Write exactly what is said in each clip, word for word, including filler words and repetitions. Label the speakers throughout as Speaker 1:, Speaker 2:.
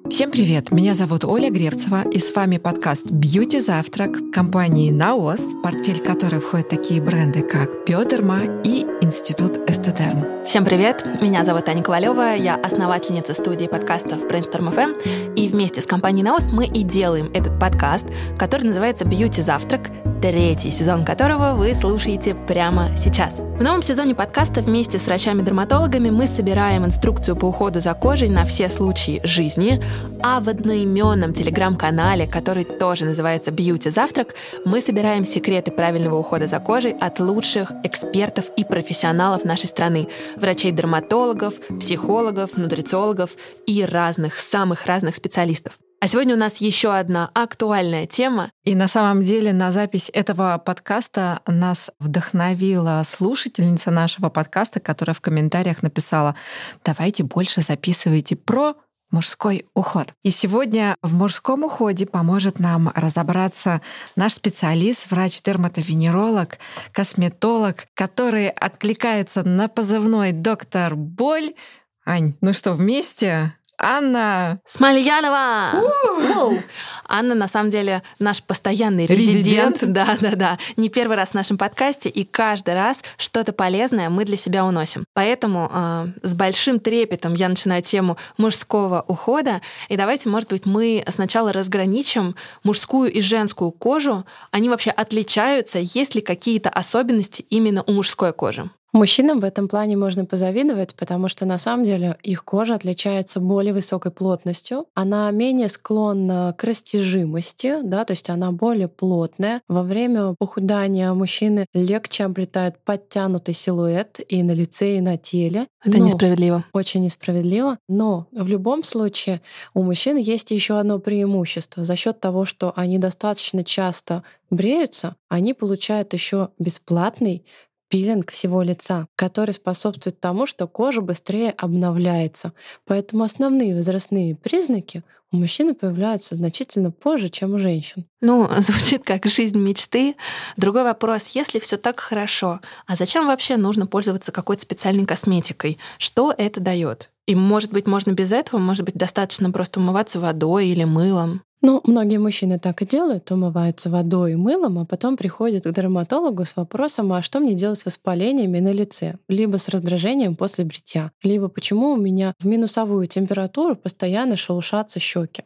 Speaker 1: Всем привет! Меня зовут Оля Гревцева, и с вами подкаст «Бьюти Завтрак» компании «Наос», в портфель которой входят такие бренды, как «Биодерма» и «Институт Эстедерм».
Speaker 2: Всем привет! Меня зовут Аня Ковалева, я основательница студии подкастов Brainstorm эф эм, и вместе с компанией «Наос» мы и делаем этот подкаст, который называется «Бьюти Завтрак», третий сезон которого вы слушаете прямо сейчас. В новом сезоне подкаста вместе с врачами-дерматологами мы собираем инструкцию по уходу за кожей на все случаи жизни, а в одноименном телеграм-канале, который тоже называется «Бьюти Завтрак», мы собираем секреты правильного ухода за кожей от лучших экспертов и профессионалов нашей страны, врачей-дерматологов, психологов, нутрициологов и разных, самых разных специалистов. А сегодня у нас еще одна актуальная тема.
Speaker 1: И на самом деле на запись этого подкаста нас вдохновила слушательница нашего подкаста, которая в комментариях написала: «Давайте больше записывайте про мужской уход». И сегодня в мужском уходе поможет нам разобраться наш специалист, врач-дерматовенеролог, косметолог, который откликается на позывной «Доктор Боль». Ань, ну что, вместе? Анна
Speaker 2: Смольянова! Анна, на самом деле, наш постоянный резидент.
Speaker 1: Резидент.
Speaker 2: Да-да-да. Не первый раз в нашем подкасте, и каждый раз что-то полезное мы для себя уносим. Поэтому э, с большим трепетом я начинаю тему мужского ухода. И давайте, может быть, мы сначала разграничим мужскую и женскую кожу. Они вообще отличаются? Есть ли какие-то особенности именно у мужской кожи?
Speaker 3: Мужчинам в этом плане можно позавидовать, потому что на самом деле их кожа отличается более высокой плотностью, она менее склонна к растяжимости, да, то есть она более плотная. Во время похудания мужчины легче обретают подтянутый силуэт и на лице, и на теле.
Speaker 2: Это
Speaker 3: Но
Speaker 2: несправедливо.
Speaker 3: Очень несправедливо. Но в любом случае у мужчин есть еще одно преимущество. За счет того, что они достаточно часто бреются, они получают еще бесплатный пилинг всего лица, который способствует тому, что кожа быстрее обновляется. Поэтому основные возрастные признаки у мужчины появляются значительно позже, чем у женщин.
Speaker 2: Ну, звучит как жизнь мечты. Другой вопрос: если все так хорошо, а зачем вообще нужно пользоваться какой-то специальной косметикой? Что это дает? И, может быть, можно без этого, может быть, достаточно просто умываться водой или мылом.
Speaker 3: Ну, многие мужчины так и делают, умываются водой и мылом, а потом приходят к дерматологу с вопросом: а что мне делать с воспалениями на лице? Либо с раздражением после бритья, либо почему у меня в минусовую температуру постоянно шелушатся щеки.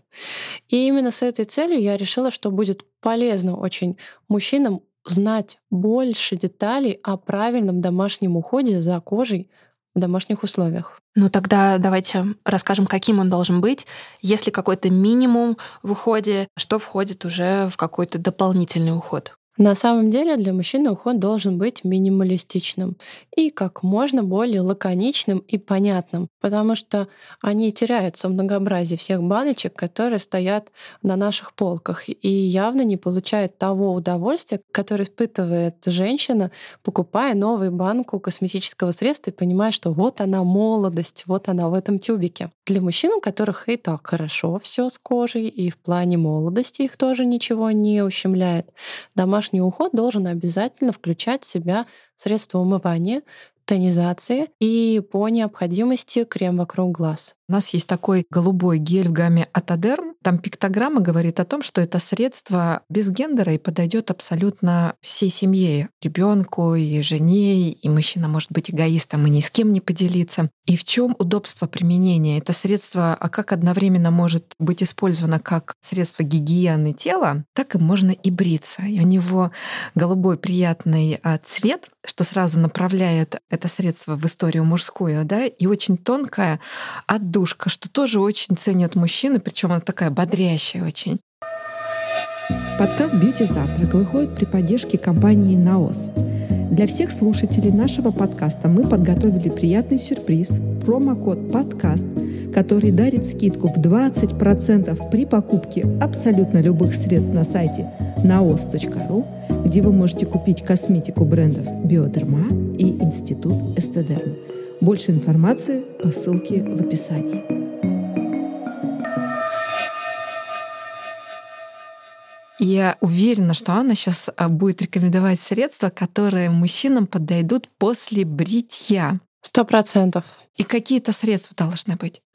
Speaker 3: И именно с этой целью я решила, что будет полезно очень мужчинам знать больше деталей о правильном домашнем уходе за кожей в домашних условиях.
Speaker 2: Ну тогда давайте расскажем, каким он должен быть. Есть ли какой-то минимум в уходе, что входит уже в какой-то дополнительный уход?
Speaker 3: На самом деле для мужчины уход должен быть минималистичным и как можно более лаконичным и понятным, потому что они теряются в многообразии всех баночек, которые стоят на наших полках, и явно не получают того удовольствия, которое испытывает женщина, покупая новую банку косметического средства и понимая, что вот она молодость, вот она в этом тюбике. Для мужчин, у которых и так хорошо все с кожей, и в плане молодости их тоже ничего не ущемляет, домашний уход должен обязательно включать в себя средства умывания, тонизации и по необходимости крем вокруг глаз.
Speaker 1: У нас есть такой голубой гель в гамме Атодерм. Там пиктограмма говорит о том, что это средство без гендера и подойдет абсолютно всей семье, ребенку и жене, и мужчина может быть эгоистом и ни с кем не поделиться. И в чем удобство применения? Это средство, а как одновременно может быть использовано как средство гигиены тела, так и можно и бриться. И у него голубой приятный цвет, что сразу направляет это средство в историю мужскую, да, и очень тонкая отдушка, что тоже очень ценят мужчины, причем она такая бодрящая очень.
Speaker 4: Подкаст «Бьюти Завтрак» выходит при поддержке компании «Наос». Для всех слушателей нашего подкаста мы подготовили приятный сюрприз – промокод «Подкаст», который дарит скидку в двадцать процентов при покупке абсолютно любых средств на сайте наос точка ру, где вы можете купить косметику брендов «Биодерма» и «Институт Эстедерм». Больше информации по ссылке в описании.
Speaker 1: Я уверена, что Анна сейчас будет рекомендовать средства, которые мужчинам подойдут после бритья.
Speaker 3: Сто процентов.
Speaker 1: И какие-то средства должны быть.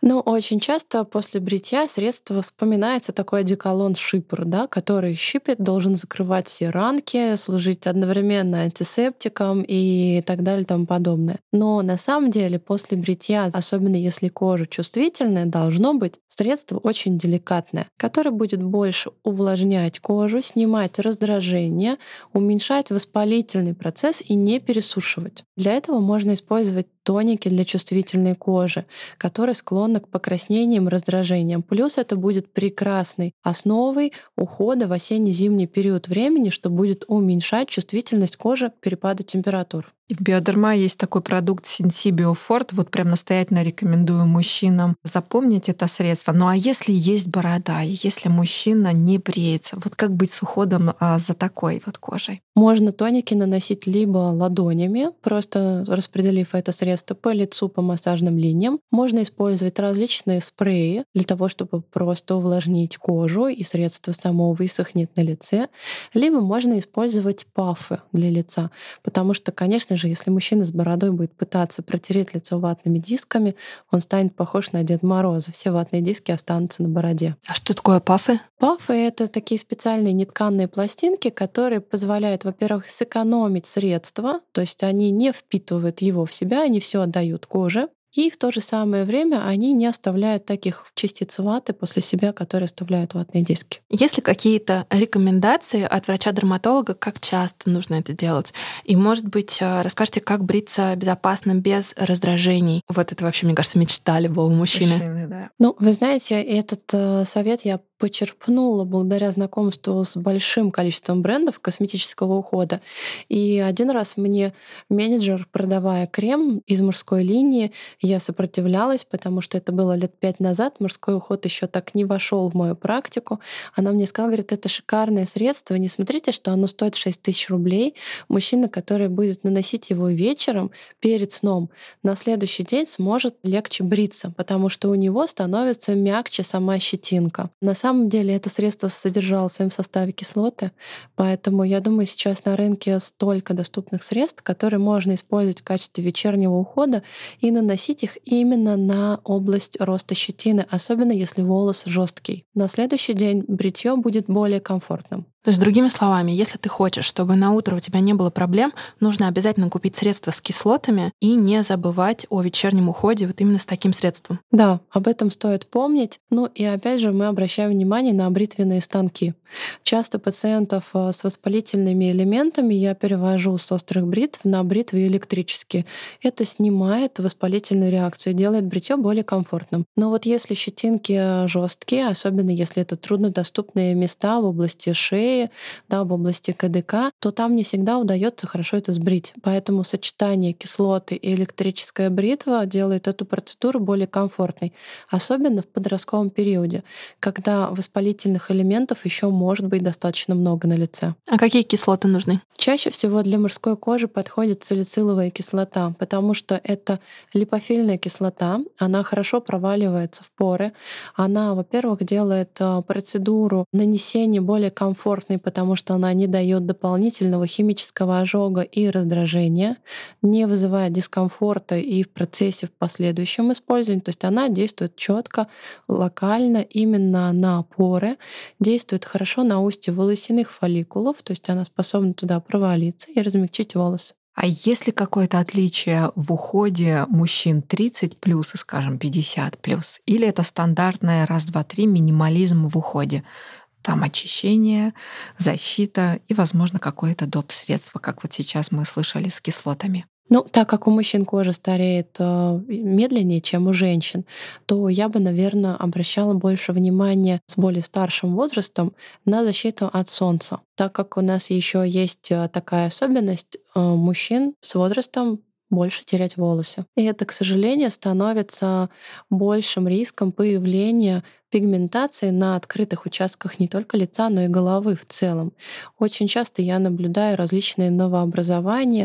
Speaker 3: Ну, очень часто после бритья средства вспоминается такой одеколон шипр, да, который щипет, должен закрывать все ранки, служить одновременно антисептиком и так далее и тому подобное. Но на самом деле после бритья, особенно если кожа чувствительная, должно быть средство очень деликатное, которое будет больше увлажнять кожу, снимать раздражение, уменьшать воспалительный процесс и не пересушивать. Для этого можно использовать тоники для чувствительной кожи, которые склонны к покраснениям, раздражениям. Плюс это будет прекрасной основой ухода в осенне-зимний период времени, что будет уменьшать чувствительность кожи к перепаду температур.
Speaker 1: И в Биодерма есть такой продукт Sensibio Forte. Вот прям настоятельно рекомендую мужчинам запомнить это средство. Ну а если есть борода, и если мужчина не бреется, вот как быть с уходом а, за такой вот кожей?
Speaker 3: Можно тоники наносить либо ладонями, просто распределив это средство по лицу, по массажным линиям. Можно использовать различные спреи для того, чтобы просто увлажнить кожу, и средство само высохнет на лице. Либо можно использовать пафы для лица, потому что, конечно же, если мужчина с бородой будет пытаться протереть лицо ватными дисками, он станет похож на Деда Мороза. Все ватные диски останутся на бороде.
Speaker 2: А что такое пафы?
Speaker 3: Пафы — это такие специальные нетканные пластинки, которые позволяют, во-первых, сэкономить средства, то есть они не впитывают его в себя, они все отдают коже. И в то же самое время они не оставляют таких частиц ваты после себя, которые оставляют ватные диски.
Speaker 2: Есть ли какие-то рекомендации от врача-дерматолога, как часто нужно это делать? И, может быть, расскажите, как бриться безопасно, без раздражений? Вот это вообще, мне кажется, мечта любого мужчины.
Speaker 1: Мужчины, да.
Speaker 3: Ну, вы знаете, этот э, совет я почерпнула благодаря знакомству с большим количеством брендов косметического ухода. И один раз мне менеджер, продавая крем из мужской линии, я сопротивлялась, потому что это было лет пять назад, мужской уход еще так не вошел в мою практику. Она мне сказала, говорит, это шикарное средство, не смотрите, что оно стоит шесть тысяч рублей. Мужчина, который будет наносить его вечером перед сном, на следующий день сможет легче бриться, потому что у него становится мягче сама щетинка. На самом деле это средство содержало в своем составе кислоты, поэтому я думаю, сейчас на рынке столько доступных средств, которые можно использовать в качестве вечернего ухода и наносить их именно на область роста щетины, особенно если волос жесткий. На следующий день бритье будет более комфортным.
Speaker 2: То есть, другими словами, если ты хочешь, чтобы на утро у тебя не было проблем, нужно обязательно купить средства с кислотами и не забывать о вечернем уходе вот именно с таким средством.
Speaker 3: Да, об этом стоит помнить. Ну и опять же мы обращаем внимание на бритвенные станки. Часто пациентов с воспалительными элементами я перевожу с острых бритв на бритвы электрические. Это снимает воспалительную реакцию и делает бритье более комфортным. Но вот если щетинки жесткие, особенно если это труднодоступные места в области шеи, да, в области КДК, то там не всегда удается хорошо это сбрить. Поэтому сочетание кислоты и электрическая бритва делает эту процедуру более комфортной, особенно в подростковом периоде, когда воспалительных элементов еще может быть достаточно много на лице.
Speaker 2: А какие кислоты нужны?
Speaker 3: Чаще всего для мужской кожи подходит салициловая кислота, потому что это липофильная кислота, она хорошо проваливается в поры, она, во-первых, делает процедуру нанесения более комфортной, потому что она не дает дополнительного химического ожога и раздражения, не вызывает дискомфорта и в процессе в последующем использовании. То есть она действует четко, локально, именно на поры, действует хорошо на устье волосяных фолликулов, то есть она способна туда провалиться и размягчить волосы.
Speaker 1: А есть ли какое-то отличие в уходе мужчин тридцать плюс и, скажем, пятьдесят плюс? Или это стандартное раз, два, три минимализм в уходе? Там очищение, защита и, возможно, какое-то доп. Средство, как вот сейчас мы слышали с кислотами.
Speaker 3: Ну, так как у мужчин кожа стареет медленнее, чем у женщин, то я бы, наверное, обращала больше внимания с более старшим возрастом на защиту от солнца. Так как у нас еще есть такая особенность мужчин с возрастом больше терять волосы. И это, к сожалению, становится большим риском появления пигментации на открытых участках не только лица, но и головы в целом. Очень часто я наблюдаю различные новообразования, в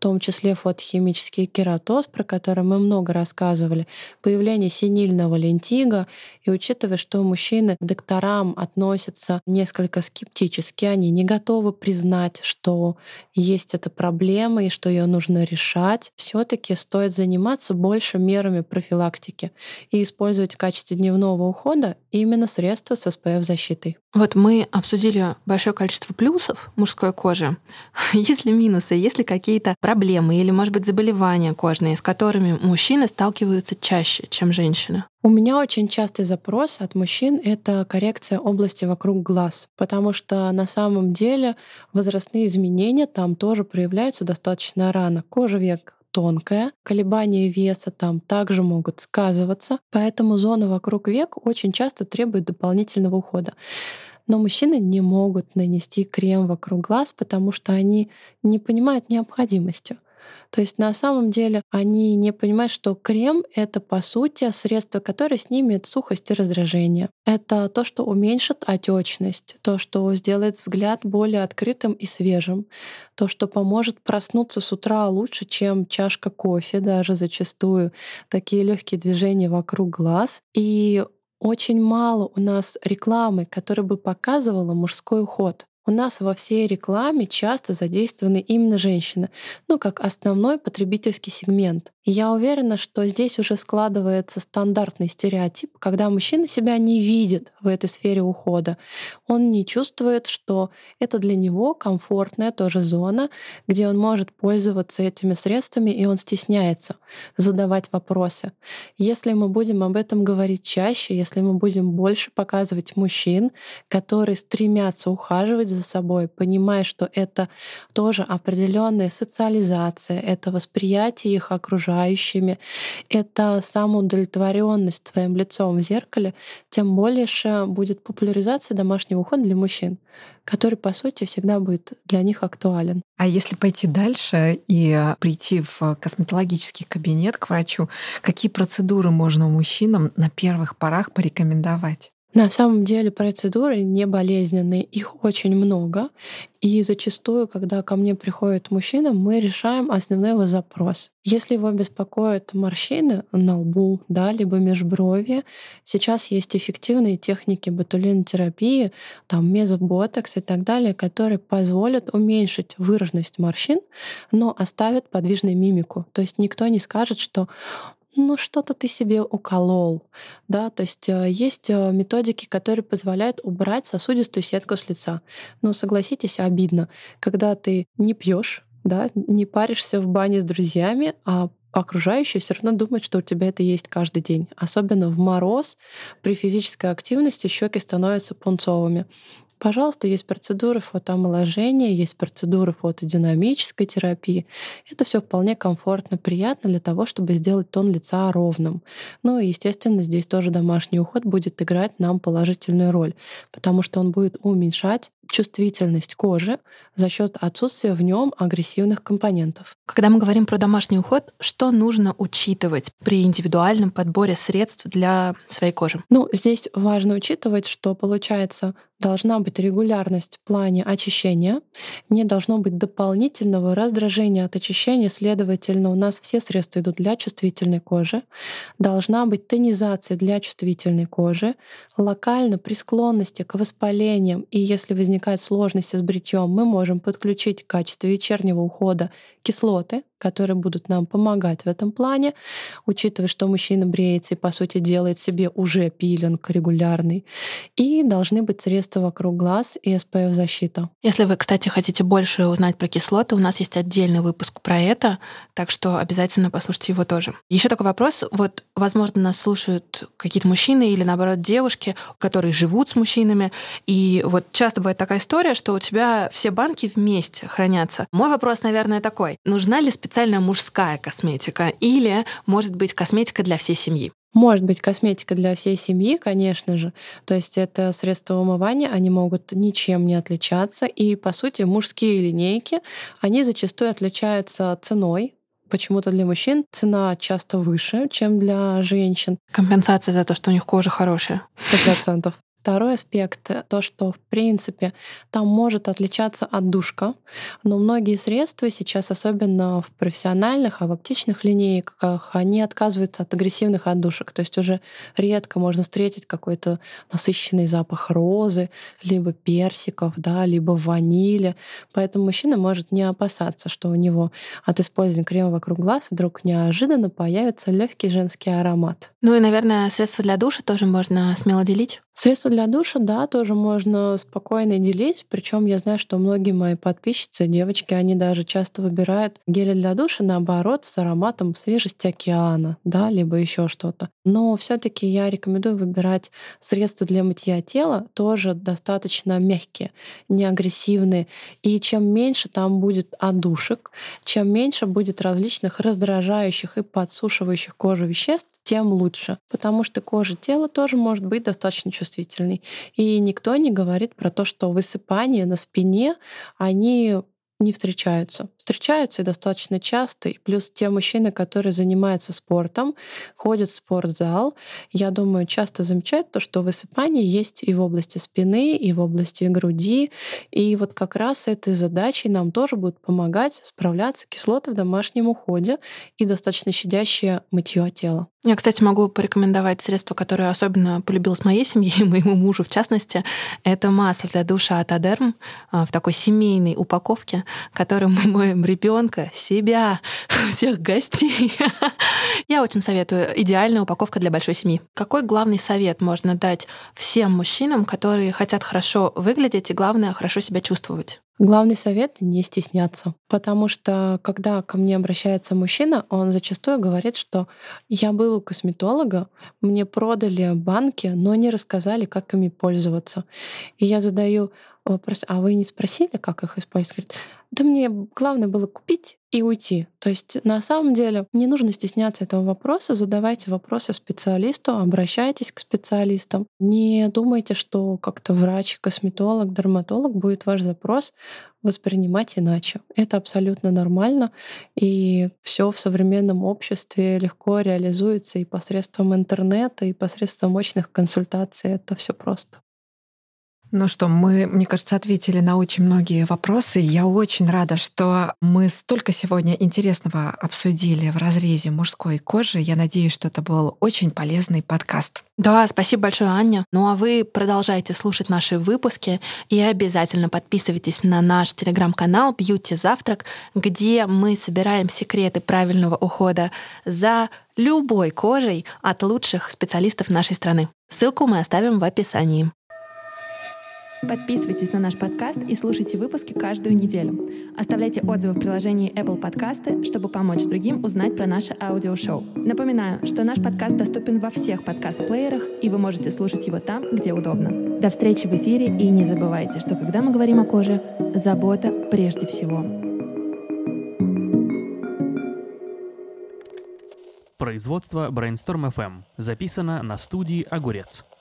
Speaker 3: том числе фотохимический кератоз, про который мы много рассказывали, появление сенильного лентиго. И учитывая, что мужчины к докторам относятся несколько скептически, они не готовы признать, что есть эта проблема и что ее нужно решать, все-таки стоит заниматься больше мерами профилактики и использовать в качестве дневного ухода именно средства с эс пэ эф-защитой.
Speaker 2: Вот мы обсудили большое количество плюсов мужской кожи. Есть ли минусы, есть ли какие-то проблемы или, может быть, заболевания кожные, с которыми мужчины сталкиваются чаще, чем женщины?
Speaker 3: У меня очень частый запрос от мужчин — это коррекция области вокруг глаз, потому что на самом деле возрастные изменения там тоже проявляются достаточно рано. Кожа век тонкая, колебания веса там также могут сказываться, поэтому зона вокруг век очень часто требует дополнительного ухода. Но мужчины не могут нанести крем вокруг глаз, потому что они не понимают необходимости. То есть на самом деле они не понимают, что крем — это, по сути, средство, которое снимет сухость и раздражение. Это то, что уменьшит отечность, то, что сделает взгляд более открытым и свежим, то, что поможет проснуться с утра лучше, чем чашка кофе, даже зачастую. Такие легкие движения вокруг глаз. И очень мало у нас рекламы, которая бы показывала мужской уход. У нас во всей рекламе часто задействованы именно женщины, ну, как основной потребительский сегмент. И я уверена, что здесь уже складывается стандартный стереотип, когда мужчина себя не видит в этой сфере ухода. Он не чувствует, что это для него комфортная тоже зона, где он может пользоваться этими средствами, и он стесняется задавать вопросы. Если мы будем об этом говорить чаще, если мы будем больше показывать мужчин, которые стремятся ухаживать за собой, понимая, что это тоже определенная социализация, это восприятие их окружающими, это самоудовлетворенность своим лицом в зеркале, тем больше будет популяризация домашнего ухода для мужчин, который, по сути, всегда будет для них актуален.
Speaker 1: А если пойти дальше и прийти в косметологический кабинет к врачу, какие процедуры можно мужчинам на первых порах порекомендовать?
Speaker 3: На самом деле процедуры не болезненные, их очень много. И зачастую, когда ко мне приходит мужчина, мы решаем основной его запрос. Если его беспокоят морщины на лбу, да, либо межброви, сейчас есть эффективные техники ботулинотерапии, там мезоботокс и так далее, которые позволят уменьшить выраженность морщин, но оставят подвижную мимику. То есть никто не скажет, что ну, что-то ты себе уколол. Да? То есть есть методики, которые позволяют убрать сосудистую сетку с лица. Но согласитесь, обидно, когда ты не пьешь, да, не паришься в бане с друзьями, а окружающие все равно думают, что у тебя это есть каждый день. Особенно в мороз при физической активности щеки становятся пунцовыми. Пожалуйста, есть процедуры фотоомоложения, есть процедуры фотодинамической терапии. Это все вполне комфортно, приятно для того, чтобы сделать тон лица ровным. Ну и, естественно, здесь тоже домашний уход будет играть нам положительную роль, потому что он будет уменьшать чувствительность кожи за счет отсутствия в нем агрессивных компонентов.
Speaker 2: Когда мы говорим про домашний уход, что нужно учитывать при индивидуальном подборе средств для своей кожи?
Speaker 3: Ну, здесь важно учитывать, что, получается, должна быть регулярность в плане очищения, не должно быть дополнительного раздражения от очищения, следовательно, у нас все средства идут для чувствительной кожи, должна быть тонизация для чувствительной кожи, локально при склонности к воспалениям, и если возникает сложности с бритьем, мы можем подключить в качестве вечернего ухода кислоты, которые будут нам помогать в этом плане, учитывая, что мужчина бреется и, по сути, делает себе уже пилинг регулярный. И должны быть средства вокруг глаз и эс пэ эф-защита.
Speaker 2: Если вы, кстати, хотите больше узнать про кислоты, у нас есть отдельный выпуск про это, так что обязательно послушайте его тоже. Еще такой вопрос. Вот, возможно, нас слушают какие-то мужчины или, наоборот, девушки, которые живут с мужчинами, и вот часто бывает такая история, что у тебя все банки вместе хранятся. Мой вопрос, наверное, такой. Нужна ли специальная специальная мужская косметика или, может быть, косметика для всей семьи?
Speaker 3: Может быть, косметика для всей семьи, конечно же. То есть это средства умывания, они могут ничем не отличаться. И, по сути, мужские линейки, они зачастую отличаются ценой. Почему-то для мужчин цена часто выше, чем для женщин.
Speaker 2: Компенсация за то, что у них кожа хорошая.
Speaker 3: Сто процентов. Второй аспект — то, что, в принципе, там может отличаться отдушка, но многие средства сейчас, особенно в профессиональных, а в аптечных линейках, они отказываются от агрессивных отдушек. То есть уже редко можно встретить какой-то насыщенный запах розы, либо персиков, да, либо ванили. Поэтому мужчина может не опасаться, что у него от использования крема вокруг глаз вдруг неожиданно появится легкий женский аромат.
Speaker 2: Ну и, наверное, средства для душа тоже можно смело делить.
Speaker 3: Средства для душа, да, тоже можно спокойно делить. Причем я знаю, что многие мои подписчицы, девочки, они даже часто выбирают гели для душа, наоборот, с ароматом свежести океана, да, либо еще что-то. Но все-таки я рекомендую выбирать средства для мытья тела, тоже достаточно мягкие, не агрессивные. И чем меньше там будет отдушек, чем меньше будет различных раздражающих и подсушивающих кожу веществ, тем лучше. Потому что кожа тела тоже может быть достаточно чувствительной. И никто не говорит про то, что высыпания на спине, они не встречаются. Встречаются и достаточно часто. И плюс те мужчины, которые занимаются спортом, ходят в спортзал, я думаю, часто замечают то, что высыпание есть и в области спины, и в области груди. И вот как раз этой задачей нам тоже будет помогать справляться кислоты в домашнем уходе и достаточно щадящее мытье тела.
Speaker 2: Я, кстати, могу порекомендовать средство, которое особенно полюбилось моей семье и моему мужу в частности. Это масло для душа от Адерм в такой семейной упаковке, которым мы моем ребенка, себя, всех гостей. Я очень советую. Идеальная упаковка для большой семьи. Какой главный совет можно дать всем мужчинам, которые хотят хорошо выглядеть и, главное, хорошо себя чувствовать?
Speaker 3: Главный совет — не стесняться. Потому что, когда ко мне обращается мужчина, он зачастую говорит, что я был у косметолога, мне продали банки, но не рассказали, как ими пользоваться. И я задаю вопрос: а вы не спросили, как их использовать? Говорит: да мне главное было купить и уйти. То есть на самом деле не нужно стесняться этого вопроса, задавайте вопросы специалисту, обращайтесь к специалистам. Не думайте, что как-то врач, косметолог, дерматолог будет ваш запрос воспринимать иначе. Это абсолютно нормально, и все в современном обществе легко реализуется и посредством интернета, и посредством очных консультаций. Это все просто.
Speaker 1: Ну что, мы, мне кажется, ответили на очень многие вопросы. Я очень рада, что мы столько сегодня интересного обсудили в разрезе мужской кожи. Я надеюсь, что это был очень полезный подкаст.
Speaker 2: Да, спасибо большое, Аня. Ну а вы продолжайте слушать наши выпуски и обязательно подписывайтесь на наш телеграм-канал Beauty Завтрак, где мы собираем секреты правильного ухода за любой кожей от лучших специалистов нашей страны. Ссылку мы оставим в описании. Подписывайтесь на наш подкаст и слушайте выпуски каждую неделю. Оставляйте отзывы в приложении Apple Podcasts, чтобы помочь другим узнать про наше аудиошоу. Напоминаю, что наш подкаст доступен во всех подкаст-плеерах, и вы можете слушать его там, где удобно. До встречи в эфире, и не забывайте, что когда мы говорим о коже, забота прежде всего.
Speaker 5: Производство Brainstorm эф эм. Записано на студии «Огурец».